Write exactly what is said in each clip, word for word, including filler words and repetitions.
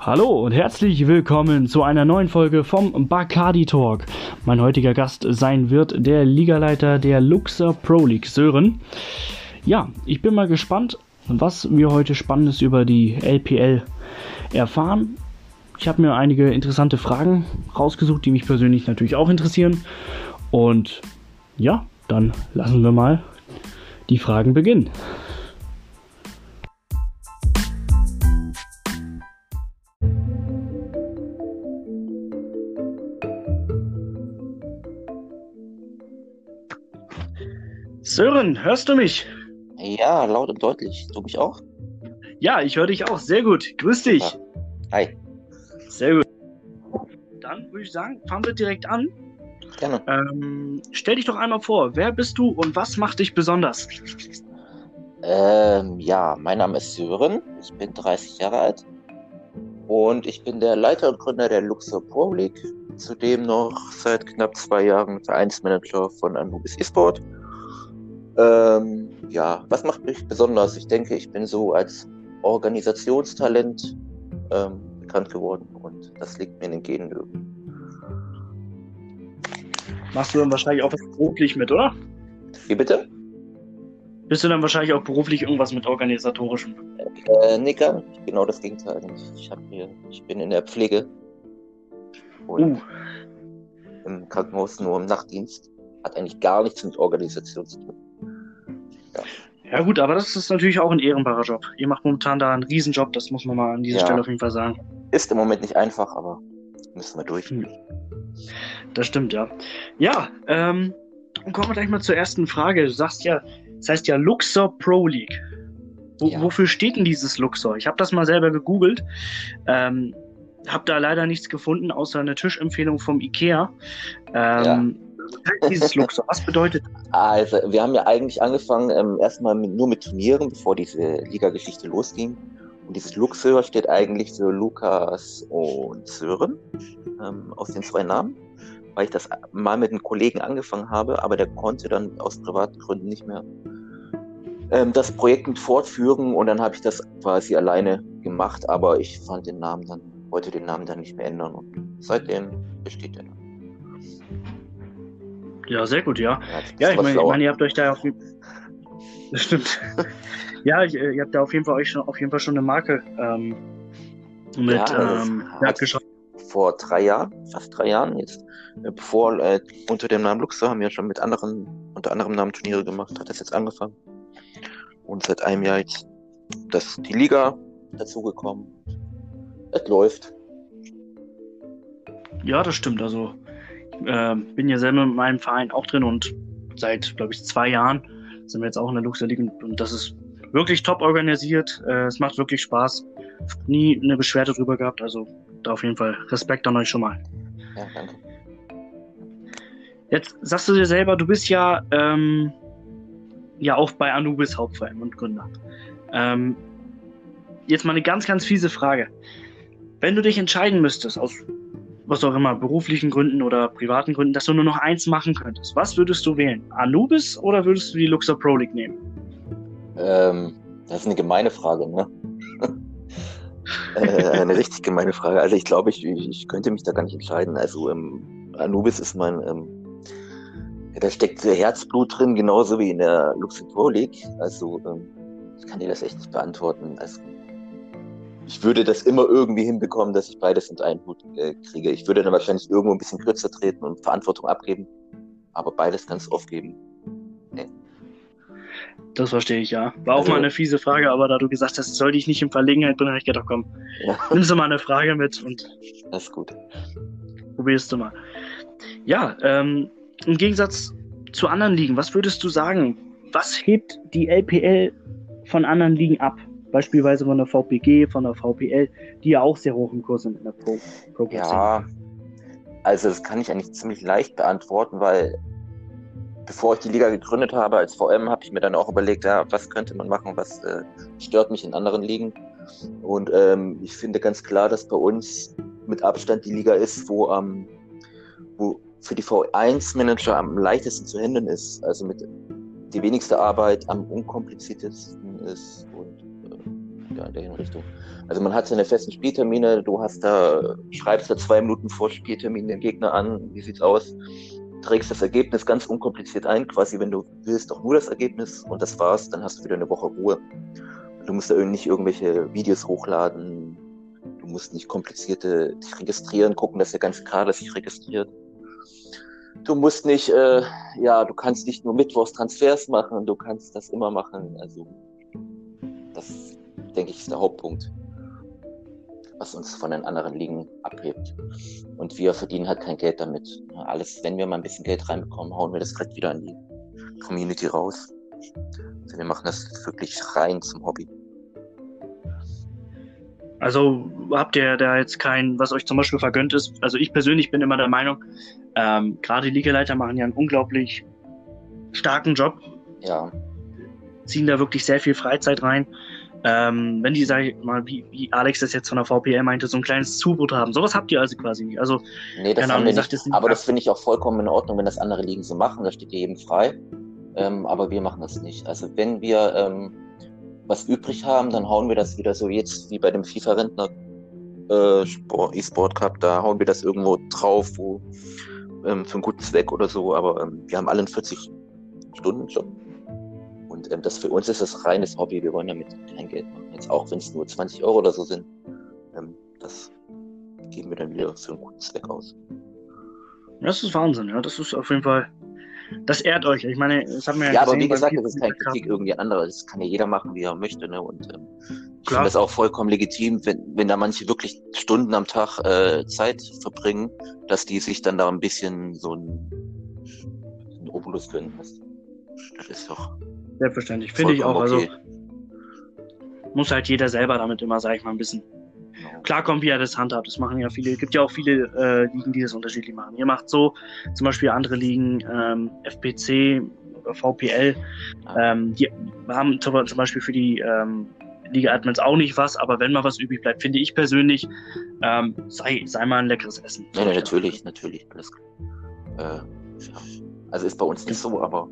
Hallo und herzlich willkommen zu einer neuen Folge vom Bacardi Talk. Mein heutiger Gast sein wird der Ligaleiter der Luxor Pro League, Sören. Ja, ich bin mal gespannt, was wir heute Spannendes über die L P L erfahren. Ich habe mir einige interessante Fragen rausgesucht, die mich persönlich natürlich auch interessieren. Und ja, dann lassen wir mal die Fragen beginnen. Sören, hörst du mich? Ja, laut und deutlich. Du mich auch? Ja, ich höre dich auch. Sehr gut. Grüß dich. Ja. Hi. Sehr gut. Dann würde ich sagen, fangen wir direkt an. Gerne. Ähm, stell dich doch einmal vor. Wer bist du und was macht dich besonders? Ähm, ja, mein Name ist Sören. Ich bin dreißig Jahre alt. Und ich bin der Leiter und Gründer der Luxor Pro League. Zudem noch seit knapp zwei Jahren Vereinsmanager von Anubis eSport. Ähm, ja, was macht mich besonders? Ich denke, ich bin so als Organisationstalent ähm, bekannt geworden und das liegt mir in den Genen irgendwie. Machst du dann wahrscheinlich auch was beruflich mit, oder? Wie bitte? Bist du dann wahrscheinlich auch beruflich irgendwas mit Organisatorischem? Äh, nee, gar nicht. Genau das Gegenteil. Ich, hab hier, ich bin in der Pflege und Uh, im Krankenhaus nur im Nachtdienst. Hat eigentlich gar nichts mit Organisation zu tun. ja gut, aber das ist natürlich auch ein ehrenbarer Job. Ihr macht momentan da einen Riesenjob, das muss man mal an dieser Ja. Stelle auf jeden Fall sagen. Ist im Moment nicht einfach, aber müssen wir durch. Hm. Das stimmt, ja. Ja, ähm, dann kommen wir gleich mal zur ersten Frage. Du sagst ja, das heißt ja Luxor Pro League. Wo, Ja. Wofür steht denn dieses Luxor? Ich habe das mal selber gegoogelt. Ähm, habe da leider nichts gefunden, außer eine Tischempfehlung vom Ikea. Ähm, ja. Dieses Luxor, was bedeutet das? Also, wir haben ja eigentlich angefangen, ähm, erstmal mit, nur mit Turnieren, bevor diese Liga-Geschichte losging. Und dieses Luxor steht eigentlich für Lukas und Sören, ähm, aus den zwei Namen, weil ich das mal mit einem Kollegen angefangen habe, aber der konnte dann aus privaten Gründen nicht mehr ähm, das Projekt mit fortführen und dann habe ich das quasi alleine gemacht, aber ich fand den Namen dann, wollte den Namen dann nicht mehr ändern und seitdem besteht der dann. Ja, sehr gut, ja. Ja, Ja, ich meine, ich mein, ihr habt euch da auf jeden Das stimmt. Ja, ich, ihr habt da auf jeden Fall euch schon auf jeden Fall schon eine Marke ähm, mit ja, ähm, hat geschafft. vor drei Jahren, fast drei Jahren jetzt, äh, bevor äh, unter dem Namen Luxor haben wir schon mit anderen, unter anderem Namen Turniere gemacht, hat das jetzt angefangen. Und seit einem Jahr jetzt das, die Liga dazugekommen. Es läuft. Ja, das stimmt. Also äh, bin ja selber mit meinem Verein auch drin und seit, glaube ich, zwei Jahren sind wir jetzt auch in der Luxor League und das ist wirklich top organisiert. Äh, es macht wirklich Spaß. Nie eine Beschwerde drüber gehabt. Also da auf jeden Fall Respekt an euch schon mal. Ja, danke. Jetzt sagst du dir selber, du bist ja ähm, ja auch bei Anubis Hauptverein und Gründer. Ähm, jetzt mal eine ganz, ganz fiese Frage. Wenn du dich entscheiden müsstest, aus was auch immer, beruflichen Gründen oder privaten Gründen, dass du nur noch eins machen könntest, was würdest du wählen? Anubis oder würdest du die Luxor Pro League nehmen? Ähm, das ist eine gemeine Frage, ne? äh, eine richtig gemeine Frage. Also ich glaube, ich, ich könnte mich da gar nicht entscheiden. Also ähm, Anubis ist mein, ähm, da steckt Herzblut drin, genauso wie in der Luxor Pro League. Also ähm, ich kann dir das echt nicht beantworten. Also ich würde das immer irgendwie hinbekommen, dass ich beides unter einen Hut äh, kriege. Ich würde dann wahrscheinlich irgendwo ein bisschen kürzer treten und Verantwortung abgeben, aber beides ganz aufgeben. Nee. Das verstehe ich, ja. War auch Also, mal eine fiese Frage, aber da du gesagt hast, soll dich nicht in Verlegenheit bringen, habe ich gedacht, komm, ja, nimmst du mal eine Frage mit und das ist gut. probierst du mal. Ja, ähm, im Gegensatz zu anderen Ligen, was würdest du sagen? Was hebt die L P L von anderen Ligen ab? Beispielsweise von der V P G, von der V P L, die ja auch sehr hoch im Kurs sind in der Pro, Pro Ja, also das kann ich eigentlich ziemlich leicht beantworten, weil bevor ich die Liga gegründet habe als V M, habe ich mir dann auch überlegt, ja, was könnte man machen, was äh, stört mich in anderen Ligen. Und ähm, ich finde ganz klar, dass bei uns mit Abstand die Liga ist, wo, ähm, wo für die V eins Manager am leichtesten zu handeln ist. Also mit die wenigste Arbeit, am unkompliziertesten ist und äh, ja, in der Richtung. Also man hat seine festen Spieltermine, du hast da, schreibst da zwei Minuten vor Spieltermin den Gegner an, wie sieht's aus, trägst das Ergebnis ganz unkompliziert ein, quasi wenn du willst, doch nur das Ergebnis und das war's, dann hast du wieder eine Woche Ruhe. Du musst da nicht irgendwelche Videos hochladen, du musst nicht komplizierte dich registrieren, gucken, dass der ganze Kader sich registriert. Du musst nicht, äh, ja, du kannst nicht nur mittwochs Transfers machen, du kannst das immer machen. Also das, denke ich, ist der Hauptpunkt, was uns von den anderen Ligen abhebt. Und wir verdienen halt kein Geld damit. Alles, wenn wir mal ein bisschen Geld reinbekommen, hauen wir das direkt wieder an die Community raus. Also wir machen das wirklich rein zum Hobby. Also habt ihr da jetzt kein, was euch zum Beispiel vergönnt ist? Also ich persönlich bin immer der Meinung, ähm, gerade die Ligaleiter machen ja einen unglaublich starken Job. Ja. Ziehen da wirklich sehr viel Freizeit rein. Ähm, wenn die, sag ich mal, wie, wie Alex das jetzt von der V P L meinte, so ein kleines Zubrot haben. Sowas habt ihr also quasi nicht. Also, nee, das keine haben Ahnung, wir ihr sagt nicht. jetzt nicht. Aber das finde ich auch vollkommen in Ordnung, wenn das andere Ligen so machen. Das steht ja jedem frei. Ähm, aber wir machen das nicht. Also wenn wir ähm, was übrig haben, dann hauen wir das wieder so jetzt wie bei dem FIFA-Rentner äh, Sport, E-Sport Cup, da hauen wir das irgendwo drauf, wo ähm, für einen guten Zweck oder so, aber ähm, wir haben alle einen vierzig-Stunden-Job und ähm, das für uns ist das reines Hobby, wir wollen damit kein Geld machen, jetzt auch wenn es nur zwanzig Euro oder so sind, ähm, das geben wir dann wieder für einen guten Zweck aus. Das ist Wahnsinn, ja, das ist auf jeden Fall, das ehrt euch. Ich meine, das haben wir ja, ja gesehen. Aber wie gesagt, beim das ist keine Kritik irgendwie an andere. Das kann ja jeder machen, wie er möchte. Ne? Und ähm, ich Klar. finde das auch vollkommen legitim, wenn, wenn da manche wirklich Stunden am Tag äh, Zeit verbringen, dass die sich dann da ein bisschen so ein, ein Obolus gönnen. Das, das ist doch selbstverständlich, finde ich auch. Okay. Also muss halt jeder selber damit immer, sag ich mal, ein bisschen klarkommen, wie er das handhabt. Das machen ja viele, es gibt ja auch viele äh, Ligen, die das unterschiedlich machen. Ihr macht so, zum Beispiel andere Ligen, ähm, F P C oder V P L, ähm, die haben zum Beispiel für die ähm, Liga-Admins auch nicht was, aber wenn mal was übrig bleibt, finde ich persönlich, ähm, sei, sei mal ein leckeres Essen. Ja, ja, natürlich, natürlich. Alles klar. Äh, ja. Also ist bei uns nicht so, aber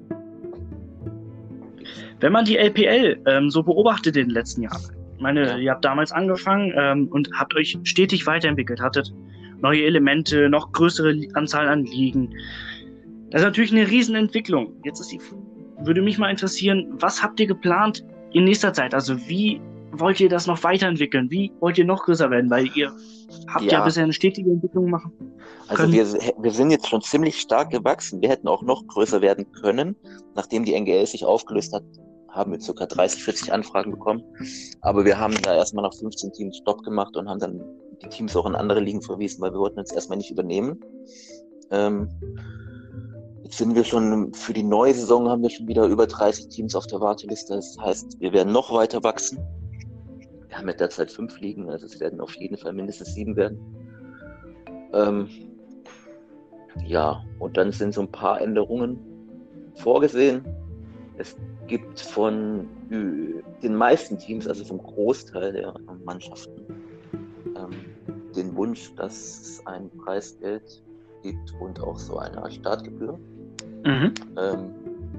wenn man die L P L ähm, so beobachtet in den letzten Jahren, ich meine, ja. Ihr habt damals angefangen ähm, und habt euch stetig weiterentwickelt, hattet neue Elemente, noch größere Anzahl an Ligen. Das ist natürlich eine Riesenentwicklung. Jetzt ist die, würde mich mal interessieren, was habt ihr geplant in nächster Zeit? Also wie wollt ihr das noch weiterentwickeln? Wie wollt ihr noch größer werden? Weil ihr habt ja, ja bisher eine stetige Entwicklung machen Also wir, wir sind jetzt schon ziemlich stark gewachsen. Wir hätten auch noch größer werden können, nachdem die N G L sich aufgelöst hat. Haben wir ca. dreißig, vierzig Anfragen bekommen. Aber wir haben da erstmal nach fünfzehn Teams Stopp gemacht und haben dann die Teams auch in andere Ligen verwiesen, weil wir wollten uns erstmal nicht übernehmen. Ähm, jetzt sind wir schon, für die neue Saison haben wir schon wieder über dreißig Teams auf der Warteliste. Das heißt, wir werden noch weiter wachsen. Wir haben ja derzeit fünf Ligen, also es werden auf jeden Fall mindestens sieben werden. Ähm, ja, und dann sind so ein paar Änderungen vorgesehen. Es gibt von den meisten Teams, also vom Großteil der Mannschaften, ähm, den Wunsch, dass es ein Preisgeld gibt und auch so eine Startgebühr. Mhm. Ähm,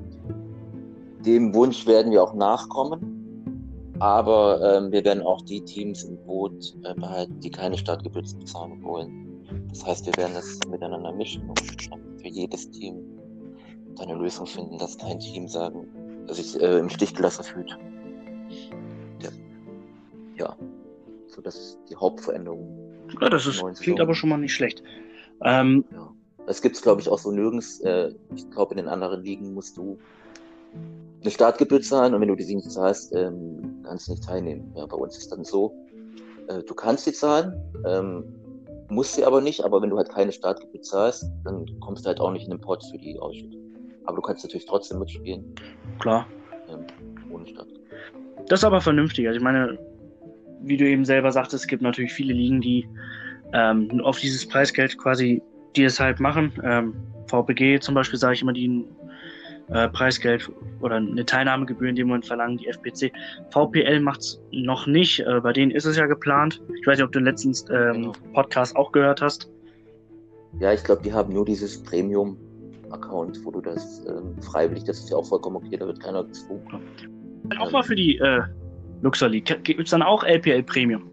dem Wunsch werden wir auch nachkommen, aber ähm, wir werden auch die Teams im Boot äh, behalten, die keine Startgebühr bezahlen wollen. Das heißt, wir werden das miteinander mischen und für jedes Team eine Lösung finden, dass kein Team sagen, dass sich äh, im Stich gelassen fühlt. Ja, ja. So, das ist die Hauptveränderung. Ja, das ist, klingt aber schon mal nicht schlecht. Ähm, ja. Das gibt's, glaube ich, auch so nirgends. Äh, ich glaube, in den anderen Ligen musst du eine Startgebühr zahlen und wenn du die nicht zahlst, ähm, kannst du nicht teilnehmen. Ja, bei uns ist dann so, äh, du kannst die zahlen, ähm, musst sie aber nicht, aber wenn du halt keine Startgebühr zahlst, dann kommst du halt auch nicht in den Pot für die Ausschüttung. Aber du kannst natürlich trotzdem mitspielen. Klar. Ähm, ohne Stadt. Das ist aber vernünftig. Also ich meine, wie du eben selber sagtest, es gibt natürlich viele Ligen, die ähm, auf dieses Preisgeld quasi, die es halt machen. Ähm, V P G zum Beispiel, sage ich immer, die ein äh, Preisgeld oder eine Teilnahmegebühr in dem Moment verlangen, die F P C. V P L macht es noch nicht. Äh, bei denen ist es ja geplant. Ich weiß nicht, ob du den letzten ähm, genau. Podcast auch gehört hast. Ja, ich glaube, die haben nur dieses Premium Account, wo du das ähm, freiwillig, das ist ja auch vollkommen okay, da wird keiner gezwungen. Auch mal für die, äh, Luxor League. Gibt es dann auch L P L Premium?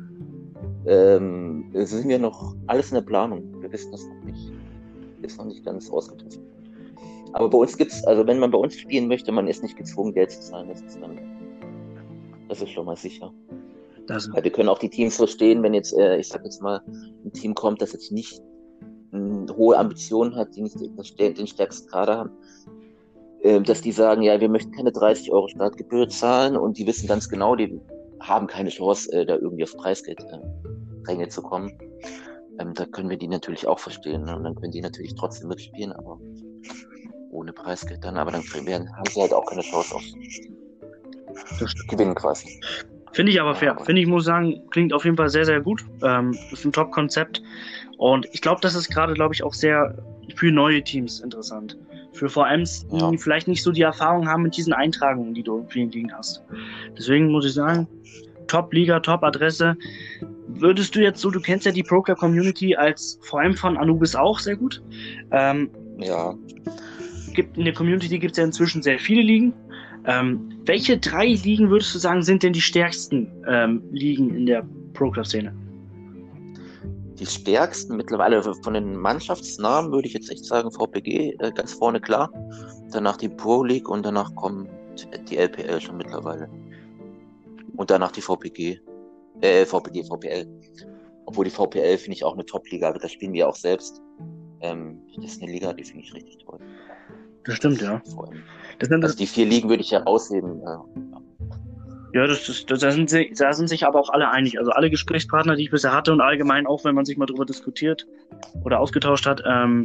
Ähm, es sind ja noch alles in der Planung. Wir wissen das noch nicht. Ist noch nicht ganz ausgetestet. Aber bei uns gibt's, also wenn man bei uns spielen möchte, man ist nicht gezwungen, Geld zu zahlen. Das ist dann, das ist schon mal sicher. Das Weil wir können auch die Teams verstehen, wenn jetzt, äh, ich sag jetzt mal, ein Team kommt, das jetzt nicht äh, hohe Ambitionen hat, die nicht den stärksten Kader haben, äh, dass die sagen, ja, wir möchten keine dreißig Euro Startgebühr zahlen und die wissen ganz genau, die haben keine Chance, äh, da irgendwie auf Preisgeldränge äh, zu kommen. Ähm, da können wir die natürlich auch verstehen. Ne? Und dann können die natürlich trotzdem mitspielen, aber ohne Preisgeld dann. Aber dann werden, haben sie halt auch keine Chance auf Gewinnen quasi. Finde ich aber fair. Ja, Finde ich, muss sagen, klingt auf jeden Fall sehr, sehr gut. Ähm, ist ein Top-Konzept. Und ich glaube, das ist gerade, glaube ich, auch sehr für neue Teams interessant. Für V Ms, die ja. vielleicht nicht so die Erfahrung haben mit diesen Eintragungen, die du in vielen Ligen hast. Deswegen muss ich sagen, Top-Liga, Top-Adresse. Würdest du jetzt so, du kennst ja die Pro-Club-Community als V M von Anubis auch sehr gut. Ähm, ja. Gibt, in der Community gibt es ja inzwischen sehr viele Ligen. Ähm, welche drei Ligen würdest du sagen, sind denn die stärksten ähm, Ligen in der Pro-Club-Szene? Die stärksten mittlerweile von den Mannschaftsnamen würde ich jetzt echt sagen V P G, äh, ganz vorne klar. Danach die Pro League und danach kommt die L P L schon mittlerweile. Und danach die V P G. Äh, V P G, V P L. Obwohl die V P L finde ich auch eine Top-Liga, aber da spielen wir auch selbst. Ähm, das ist eine Liga, die finde ich richtig toll. Das stimmt, ja. Das sind also die vier Ligen würde ich herausheben. Äh, ja. Ja, das, das, das, da, sind sie, da sind sich aber auch alle einig. Also alle Gesprächspartner, die ich bisher hatte und allgemein auch, wenn man sich mal drüber diskutiert oder ausgetauscht hat, ähm,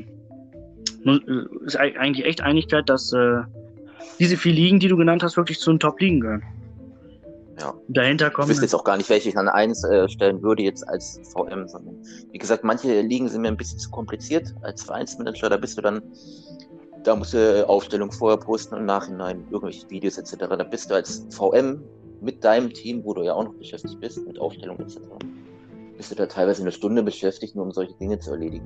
ist eigentlich echt Einigkeit, dass äh, diese vier Ligen, die du genannt hast, wirklich zu den Top-Ligen gehören. Ja. Dahinter kommen. Ich wüsste jetzt auch gar nicht, welche ich an eins äh, stellen würde jetzt als V M, sondern wie gesagt, manche Ligen sind mir ein bisschen zu kompliziert als Vereinsmanager. Da bist du dann, da musst du Aufstellung vorher posten und im Nachhinein irgendwelche Videos et cetera. Da bist du als V M mit deinem Team, wo du ja auch noch beschäftigt bist, mit Aufstellung et cetera. Bist du da teilweise eine Stunde beschäftigt, nur um solche Dinge zu erledigen.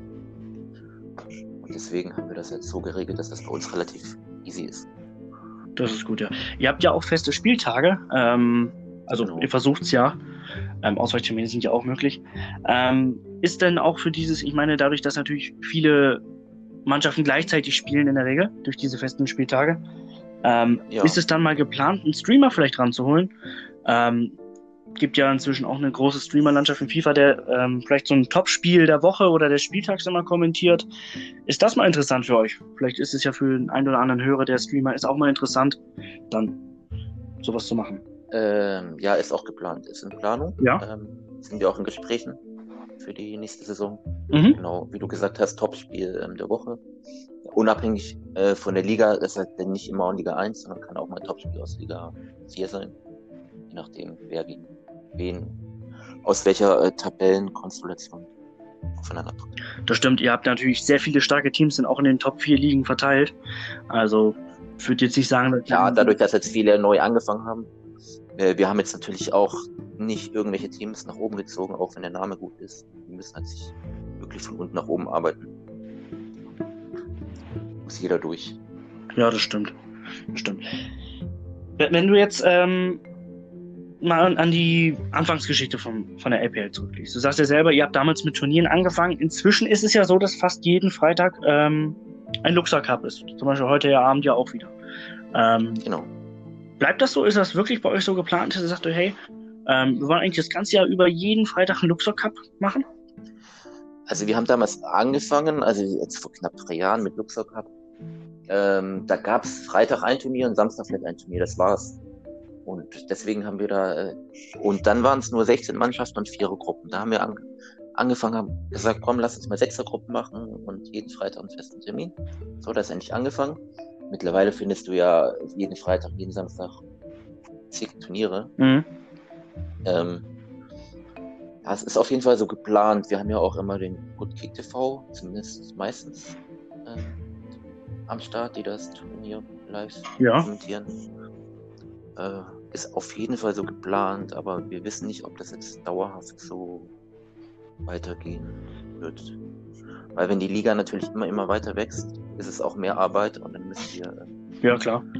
Und deswegen haben wir das jetzt so geregelt, dass das bei uns relativ easy ist. Das ist gut, ja. Ihr habt ja auch feste Spieltage, ähm, also genau. Ihr versucht es ja, ähm, Ausweichtermine sind ja auch möglich. Ähm, ist denn auch für dieses, ich meine, dadurch, dass natürlich viele Mannschaften gleichzeitig spielen in der Regel, durch diese festen Spieltage, ähm, ja. ist es dann mal geplant, einen Streamer vielleicht ranzuholen? Ähm, gibt ja inzwischen auch eine große Streamerlandschaft in FIFA, der ähm, vielleicht so ein Top-Spiel der Woche oder des Spieltags immer kommentiert. Ist das mal interessant für euch? Vielleicht ist es ja für den einen oder anderen Hörer, der Streamer ist, auch mal interessant, dann sowas zu machen. Ähm, ja, ist auch geplant. Ist in Planung. Ja. Ähm, sind wir auch in Gesprächen für die nächste Saison. Mhm. Genau, wie du gesagt hast, Top-Spiel ähm, der Woche. Unabhängig äh, von der Liga, das ist halt nicht immer in Liga eins, sondern kann auch mal ein Top-Spiel aus Liga vier sein. Je nachdem, wer gegen wen, aus welcher äh, Tabellenkonstellation aufeinander trifft. Das stimmt, ihr habt natürlich sehr viele starke Teams, sind auch in den Top vier Ligen verteilt. Also, ich würde jetzt nicht sagen, dass... Ja, dadurch, dass jetzt viele neu angefangen haben. Äh, wir haben jetzt natürlich auch nicht irgendwelche Teams nach oben gezogen, auch wenn der Name gut ist. Wir müssen halt sich wirklich von unten nach oben arbeiten. Muss jeder durch. Ja, das stimmt. Das stimmt. Wenn du jetzt ähm, mal an die Anfangsgeschichte von, von der L P L zurückliegst. Du sagst ja selber, ihr habt damals mit Turnieren angefangen. Inzwischen ist es ja so, dass fast jeden Freitag ähm, ein Luxor Cup ist. Zum Beispiel heute Abend ja auch wieder. Ähm, genau. Bleibt das so? Ist das wirklich bei euch so geplant, dass ihr sagt, hey, ähm, wir wollen eigentlich das ganze Jahr über jeden Freitag einen Luxor Cup machen? Also wir haben damals angefangen, also jetzt vor knapp drei Jahren mit Luxor Cup. Ähm, da gab es Freitag ein Turnier und Samstag vielleicht ein Turnier, das war's. Und deswegen haben wir da, äh, und dann waren es nur sechzehn Mannschaften und Vierergruppen. Da haben wir an, angefangen, haben gesagt, komm, lass uns mal Sechsergruppen machen und jeden Freitag einen festen Termin. So, das ist endlich angefangen. Mittlerweile findest du ja jeden Freitag, jeden Samstag zig Turniere. Mhm. Ähm, ja, es ist auf jeden Fall so geplant. Wir haben ja auch immer den Good Kick T V, zumindest meistens, äh, am Start, die das Turnier live ja. kommentieren. Äh, ist auf jeden Fall so geplant, aber wir wissen nicht, ob das jetzt dauerhaft so weitergehen wird. Weil wenn die Liga natürlich immer, immer weiter wächst, ist es auch mehr Arbeit und dann müssen wir... Äh, ja, klar.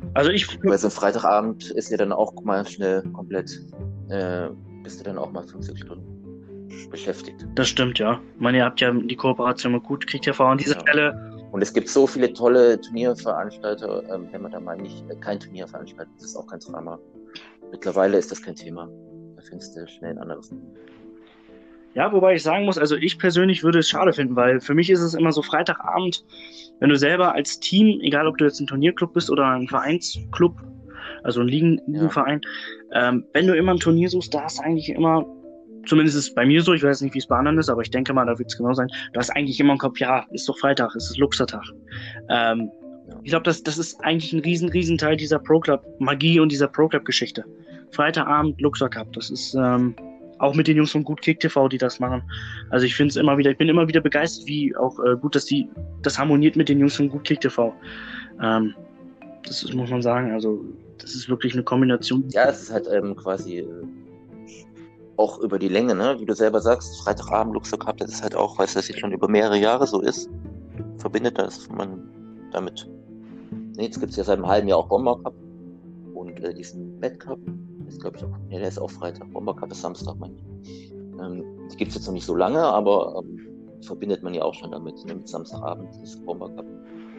Also ich... Weil so ein Freitagabend ist ja dann auch mal schnell komplett, äh, bist du dann auch mal fünfzig Stunden beschäftigt. Das stimmt, ja. Ich meine, ihr habt ja die Kooperation mit Gut Kick T V an dieser Ja. Stelle. Und es gibt so viele tolle Turnierveranstalter, ähm, wenn man da mal nicht, äh, kein Turnier veranstaltet, das ist auch kein Drama. Mittlerweile ist das kein Thema. Da findest du schnell ein anderes. Ja, wobei ich sagen muss, also ich persönlich würde es schade finden, weil für mich ist es immer so Freitagabend, wenn du selber als Team, egal ob du jetzt ein Turnierclub bist oder ein Vereinsclub, also ein Ligen- Ligenverein, ja. ähm, wenn du immer ein Turnier suchst, da hast du eigentlich immer, zumindest ist es bei mir so, ich weiß nicht, wie es bei anderen ist, aber ich denke mal, da wird es genau sein, du hast eigentlich immer im Kopf, ja, ist doch Freitag, ist Luxortag. Ähm, ja. Ich glaube, das, das ist eigentlich ein riesen, riesen Teil dieser Pro-Club-Magie und dieser Pro-Club-Geschichte. Freitagabend, Luxor Cup, das ist... Ähm, auch mit den Jungs von Gut Kick T V, die das machen. Also ich finde es immer wieder, ich bin immer wieder begeistert, wie auch äh, gut, dass die das harmoniert mit den Jungs von Gut Kick T V. Ähm, das ist, muss man sagen, also das ist wirklich eine Kombination. Ja, es ist halt ähm, quasi äh, auch über die Länge, ne? Wie du selber sagst, Freitagabend Luxor Cup, das ist halt auch, weil es das jetzt schon über mehrere Jahre so ist, verbindet das man damit. Ne, jetzt gibt es ja seit einem halben Jahr auch Bomber Cup und äh, diesen Med Cup. Ist, glaube ich, auch. Ja, der ist auch Freitag. Bomber Cup ist Samstag, meine ich. Ähm, die gibt es jetzt noch nicht so lange, aber ähm, verbindet man ja auch schon damit. Ne? Mit Samstagabend ist Bomber Cup.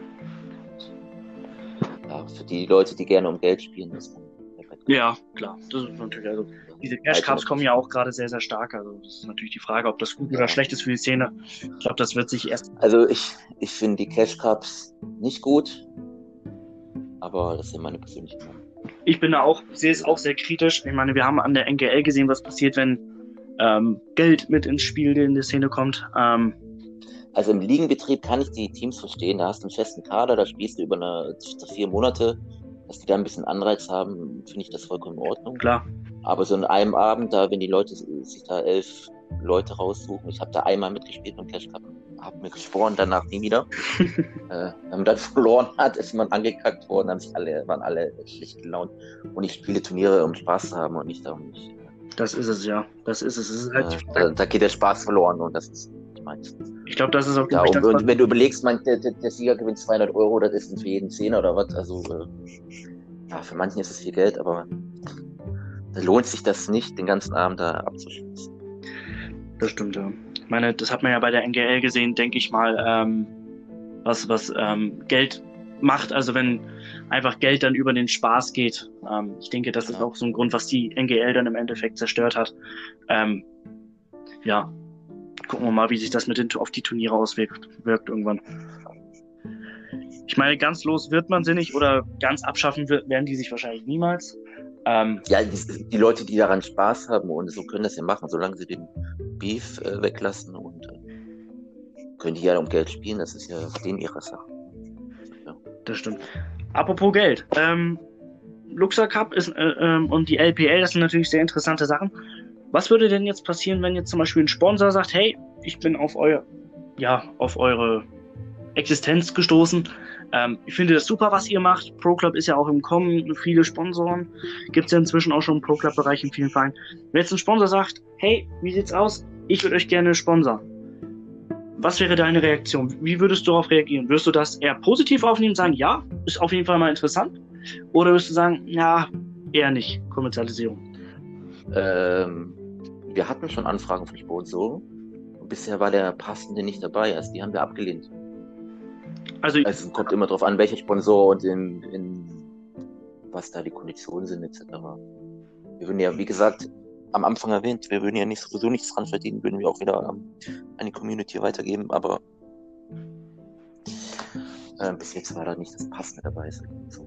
Ja, für die Leute, die gerne um Geld spielen, ist dann. Ja, klar. Das ist natürlich, also diese Cash Cups kommen ja auch gerade sehr, sehr stark. Also das ist natürlich die Frage, ob das gut ja. oder schlecht ist für die Szene. Ich glaube, das wird sich erst. Also ich, ich finde die Cash Cups nicht gut, aber das sind meine persönlichen Meinungen. Ich bin da auch, sehe es auch sehr kritisch. Ich meine, wir haben an der N G L gesehen, was passiert, wenn ähm, Geld mit ins Spiel in die Szene kommt. Ähm, also im Ligenbetrieb kann ich die Teams verstehen. Da hast du einen festen Kader, da spielst du über eine vier Monate, dass die da ein bisschen Anreiz haben, finde ich das vollkommen in Ordnung. Klar. Aber so in einem Abend, da wenn die Leute sich da elf Leute raussuchen, ich habe da einmal mitgespielt beim Cash Cup, habe mir geschworen, danach nie wieder. äh, wenn man dann verloren hat, ist man angekackt worden, haben sich alle, waren alle schlecht gelaunt. Und ich spiele Turniere, um Spaß zu haben und nicht darum nicht. Das ist es, ja. Das ist es. es ist halt äh, da, da geht der Spaß verloren und das ist nicht meins. Ich glaube, das ist auch ja, und, das, und wenn du überlegst, man, der, der Sieger gewinnt zweihundert Euro, das ist für jeden Zehner oder was. Also, äh, ja, für manchen ist es viel Geld, aber da lohnt sich das nicht, den ganzen Abend da abzuschließen. Das stimmt, ja. Ich meine, das hat man ja bei der N G L gesehen, denke ich mal, ähm, was, was ähm, Geld macht. Also wenn einfach Geld dann über den Spaß geht. Ähm, ich denke, das ist ja auch so ein Grund, was die N G L dann im Endeffekt zerstört hat. Ähm, ja, gucken wir mal, wie sich das mit den, auf die Turniere auswirkt wirkt irgendwann. Ich meine, ganz los wird man sie nicht oder ganz abschaffen wird, werden die sich wahrscheinlich niemals. Ähm, ja, die, die Leute, die daran Spaß haben und so können das ja machen, solange sie den Beef äh, weglassen und äh, können die ja um Geld spielen, das ist ja denen ihre Sache. Ja. Das stimmt. Apropos Geld, ähm, Luxor Cup ist, äh, ähm, und die L P L, das sind natürlich sehr interessante Sachen. Was würde denn jetzt passieren, wenn jetzt zum Beispiel ein Sponsor sagt, hey, ich bin auf euer, ja, auf eure Existenz gestoßen. Ähm, ich finde das super, was ihr macht. Pro Club ist ja auch im Kommen, viele Sponsoren. Gibt es ja inzwischen auch schon im Pro Club-Bereich in vielen Vereinen. Wenn jetzt ein Sponsor sagt, hey, wie sieht's aus? Ich würde euch gerne sponsern. Was wäre deine Reaktion? Wie würdest du darauf reagieren? Würdest du das eher positiv aufnehmen, sagen, ja, ist auf jeden Fall mal interessant? Oder würdest du sagen, ja, eher nicht, Kommerzialisierung? Ähm, wir hatten schon Anfragen von Sponsoren. Und bisher war der passende nicht dabei. Also die haben wir abgelehnt. Also, also es kommt immer darauf an, welcher Sponsor und in, in was da die Konditionen sind et cetera. Wir würden ja, wie gesagt, am Anfang erwähnt, wir würden ja nicht sowieso nichts dran verdienen, würden wir auch wieder ähm, an die Community weitergeben, aber äh, bis jetzt war da nicht das Passende dabei. So.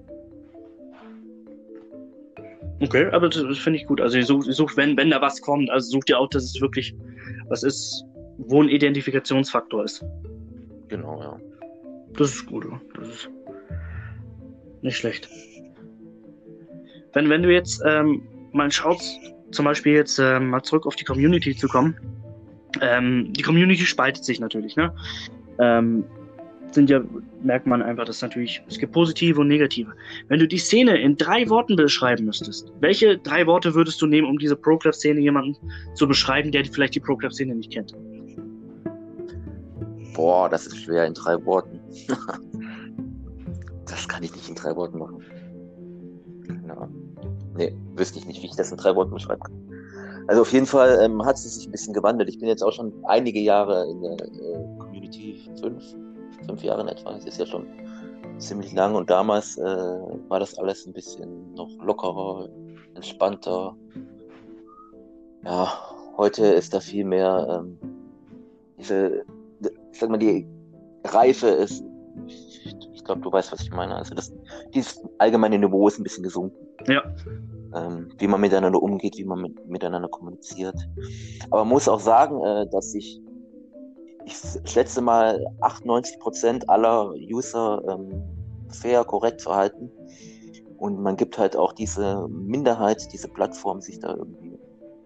Okay, aber das, das finde ich gut. Also ihr sucht, ihr sucht, wenn, wenn da was kommt, also sucht ihr auch, dass es wirklich was ist, wo ein Identifikationsfaktor ist. Genau, ja. Das ist gut, das ist nicht schlecht. Wenn, wenn du jetzt ähm, mal schaust, zum Beispiel jetzt ähm, mal zurück auf die Community zu kommen, ähm, die Community spaltet sich natürlich, ne? Ähm, sind ja, merkt man einfach, dass natürlich, es gibt positive und negative. Wenn du die Szene in drei Worten beschreiben müsstest, welche drei Worte würdest du nehmen, um diese Pro-Club-Szene jemanden zu beschreiben, der vielleicht die Pro-Club-Szene nicht kennt? Boah, das ist schwer in drei Worten. Das kann ich nicht in drei Worten machen. wüsste ich nicht, wie ich das in drei Worten beschreiben kann. Also auf jeden Fall ähm, hat es sich ein bisschen gewandelt. Ich bin jetzt auch schon einige Jahre in der äh, Community, fünf, fünf Jahre in etwa. Das ist ja schon ziemlich lang und damals äh, war das alles ein bisschen noch lockerer, entspannter. Ja, heute ist da viel mehr ähm, diese, ich sag mal, die Reife ist, ich, ich glaube, du weißt, was ich meine. Also das, dieses allgemeine Niveau ist ein bisschen gesunken. Ja. Ähm, wie man miteinander umgeht, wie man mit, miteinander kommuniziert. Aber man muss auch sagen, äh, dass ich, ich schätze mal, achtundneunzig Prozent aller User ähm, fair, korrekt verhalten. Und man gibt halt auch diese Minderheit, diese Plattform, sich da irgendwie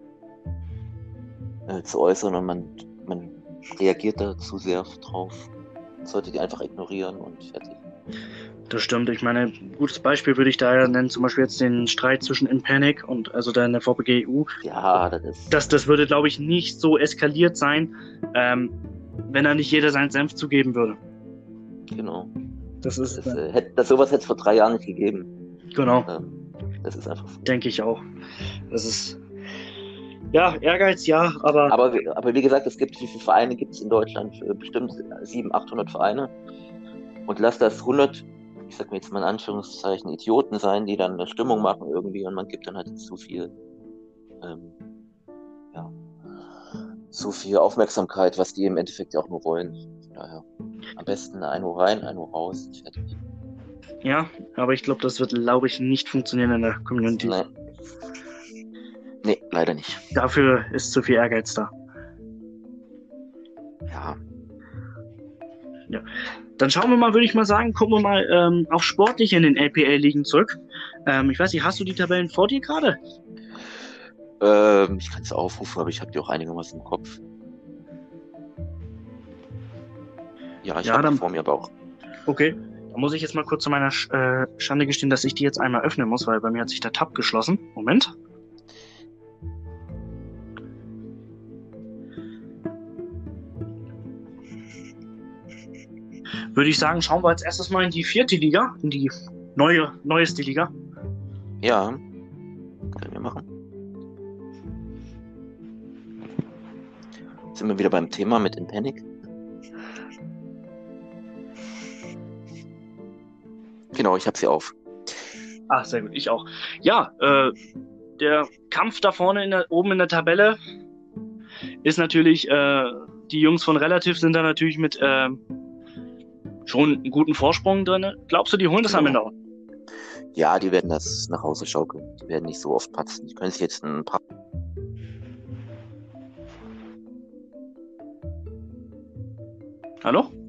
äh, zu äußern und man, man reagiert da zu sehr drauf. Man sollte die einfach ignorieren und fertig. Das stimmt. Ich meine, ein gutes Beispiel würde ich da nennen, zum Beispiel jetzt den Streit zwischen Impanic und also da in der V P G E U. Ja, das ist... Das, das würde, glaube ich, nicht so eskaliert sein, ähm, wenn da nicht jeder seinen Senf zugeben würde. Genau. Das ist... Das, äh, hätte, das, sowas hätte es vor drei Jahren nicht gegeben. Genau. Ähm, das ist einfach so. Denke ich auch. Das ist... Ja, Ehrgeiz, ja, aber... Aber, aber wie gesagt, es gibt, wie viele Vereine gibt es in Deutschland? Bestimmt siebenhundert, achthundert Vereine. Und lass das hundert, ich sag mir jetzt mal in Anführungszeichen, Idioten sein, die dann eine Stimmung machen irgendwie und man gibt dann halt zu viel, ähm, ja, zu viel Aufmerksamkeit, was die im Endeffekt ja auch nur wollen. Von daher, am besten ein Uhr rein, ein Uhr raus, fertig. Ja, aber ich glaube, das wird, glaube ich, nicht funktionieren in der Community. Nein. Nee, leider nicht. Dafür ist zu viel Ehrgeiz da. Ja. Ja. Dann schauen wir mal, würde ich mal sagen, gucken wir mal ähm, auf sportlich in den L P L-Ligen zurück. Ähm, ich weiß nicht, hast du die Tabellen vor dir gerade? Ähm, ich kann es aufrufen, aber ich habe die auch einigermaßen im Kopf. Ja, ich Ja, habe dann- die vor mir aber auch. Okay. Da muss ich jetzt mal kurz zu meiner Sch- äh, Schande gestehen, dass ich die jetzt einmal öffnen muss, weil bei mir hat sich der Tab geschlossen. Moment. Würde ich sagen, schauen wir als erstes mal in die vierte Liga, in die neue, neueste Liga. Ja, können wir machen. Sind wir wieder beim Thema mit Impanic? Genau, ich habe sie auf. Ah, sehr gut, ich auch. Ja, äh, der Kampf da vorne in der, oben in der Tabelle ist natürlich, äh, die Jungs von Relativ sind da natürlich mit äh, schon einen guten Vorsprung drin. Glaubst du, die holen das am Ende auch? Ja, die werden das nach Hause schaukeln. Die werden nicht so oft patzen. Die können sich jetzt ein paar. Hallo?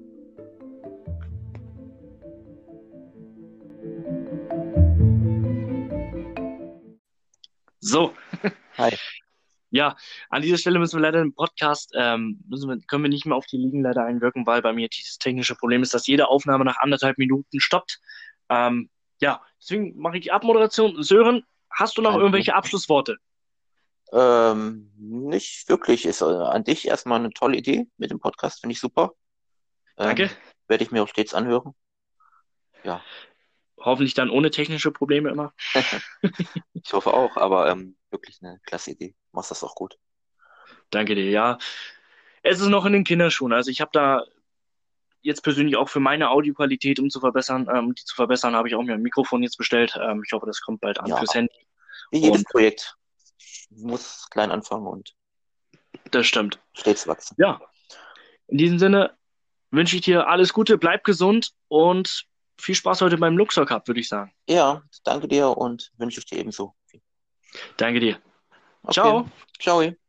So. Hi. Ja, an dieser Stelle müssen wir leider im Podcast, ähm, müssen wir, können wir nicht mehr auf die Ligen leider einwirken, weil bei mir dieses technische Problem ist, dass jede Aufnahme nach anderthalb Minuten stoppt. Ähm, ja, deswegen mache ich die Abmoderation. Sören, hast du noch Kein irgendwelche Abschlussworte? Ähm, nicht wirklich. Ist äh, an dich erstmal eine tolle Idee mit dem Podcast, finde ich super. Ähm, Danke. Werde ich mir auch stets anhören. Ja, Hoffentlich dann ohne technische Probleme immer. ich hoffe auch, aber ähm, wirklich eine klasse Idee. Machst das auch gut. Danke dir, ja. Es ist noch in den Kinderschuhen. Also ich habe da jetzt persönlich auch für meine Audioqualität, um zu verbessern, ähm, die zu verbessern, habe ich auch mir ein Mikrofon jetzt bestellt. Ähm, ich hoffe, das kommt bald an Ja. fürs Handy. Wie jedes Und- Projekt. Muss klein anfangen und Das stimmt. stets wachsen. Ja. In diesem Sinne wünsche ich dir alles Gute, bleib gesund und viel Spaß heute beim Luxor Cup, würde ich sagen. Ja, danke dir und wünsche ich dir ebenso. Danke dir. Okay. Ciao. Ciao.